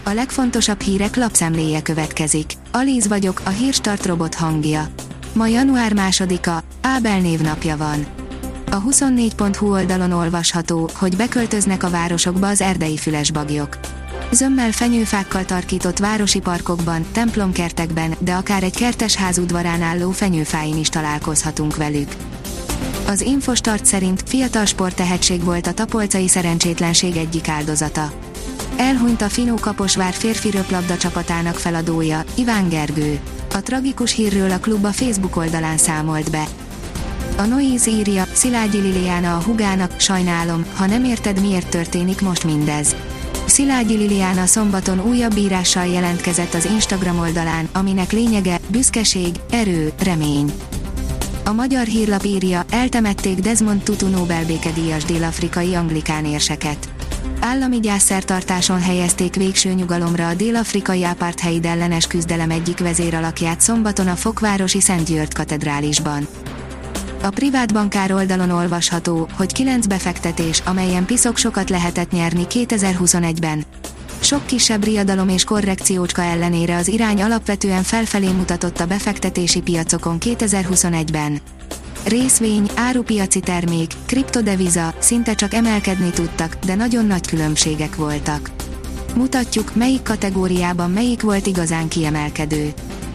A legfontosabb hírek lapszemléje következik. Alíz vagyok, a Hírstart robot hangja. Ma január 2-a, Ábel névnapja van. A 24.hu oldalon olvasható, hogy beköltöznek a városokba az erdei fülesbagyok. Zömmel fenyőfákkal tarkított városi parkokban, templomkertekben, de akár egy kertesház udvarán álló fenyőfáin is találkozhatunk velük. Az Infostart szerint fiatal sporttehetség volt a tapolcai szerencsétlenség egyik áldozata. Elhunyt a Finó Kaposvár férfi röplabda csapatának feladója, Iván Gergő. A tragikus hírről a klub a Facebook oldalán számolt be. A Noise írja, Szilágyi Liliana a húgának, sajnálom, ha nem érted, miért történik most mindez. Szilágyi Liliana szombaton újabb írással jelentkezett az Instagram oldalán, aminek lényege, büszkeség, erő, remény. A Magyar Hírlap írja, eltemették Desmond Tutu Nobel békedíjas dél-afrikai anglikán érseket. Állami gyászszertartáson helyezték végső nyugalomra a dél-afrikai apartheid ellenes küzdelem egyik vezéralakját szombaton a fokvárosi Szent György katedrálisban. A privát bankár oldalon olvasható, hogy 9 befektetés, amelyen piszok sokat lehetett nyerni 2021-ben. Sok kisebb riadalom és korrekciócska ellenére az irány alapvetően felfelé mutatott a befektetési piacokon 2021-ben. Részvény, árupiaci termék, kriptodeviza, szinte csak emelkedni tudtak, de nagyon nagy különbségek voltak. Mutatjuk, melyik kategóriában melyik volt igazán kiemelkedő.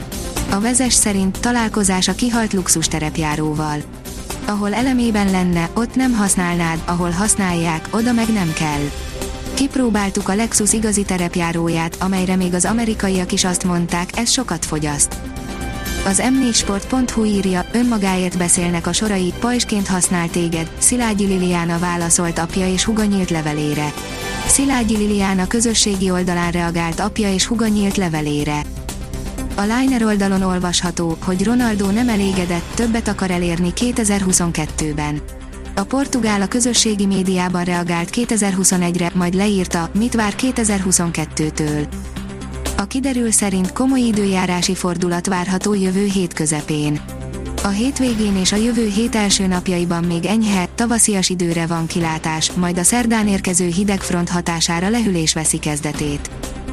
A Vezes szerint találkozás a kihalt luxusterepjáróval. Ahol elemében lenne, ott nem használnád, ahol használják, oda meg nem kell. Kipróbáltuk a Lexus igazi terepjáróját, amelyre még az amerikaiak is azt mondták, ez sokat fogyaszt. Az m4sport.hu írja, önmagáért beszélnek a sorai, pajzsként használ téged, Szilágyi Liliana válaszolt apja és húga nyílt levelére. Szilágyi Liliana közösségi oldalán reagált apja és húga nyílt levelére. A Liner oldalon olvasható, hogy Ronaldo nem elégedett, többet akar elérni 2022-ben. A portugál a közösségi médiában reagált 2021-re, majd leírta, mit vár 2022-től. A kiderül szerint komoly időjárási fordulat várható jövő hét közepén. A hétvégén és a jövő hét első napjaiban még enyhe, tavaszias időre van kilátás, majd a szerdán érkező hidegfront hatására lehűlés veszi kezdetét.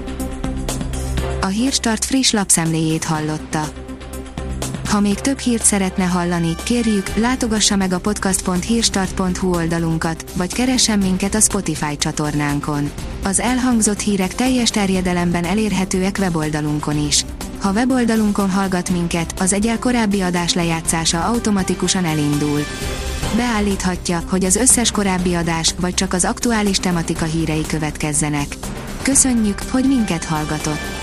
A Hírstart friss lapszemléjét hallotta. Ha még több hírt szeretne hallani, kérjük, látogassa meg a podcast.hírstart.hu oldalunkat, vagy keressen minket a Spotify csatornánkon. Az elhangzott hírek teljes terjedelemben elérhetőek weboldalunkon is. Ha weboldalunkon hallgat minket, az egyel korábbi adás lejátszása automatikusan elindul. Beállíthatja, hogy az összes korábbi adás, vagy csak az aktuális tematika hírei következzenek. Köszönjük, hogy minket hallgatott!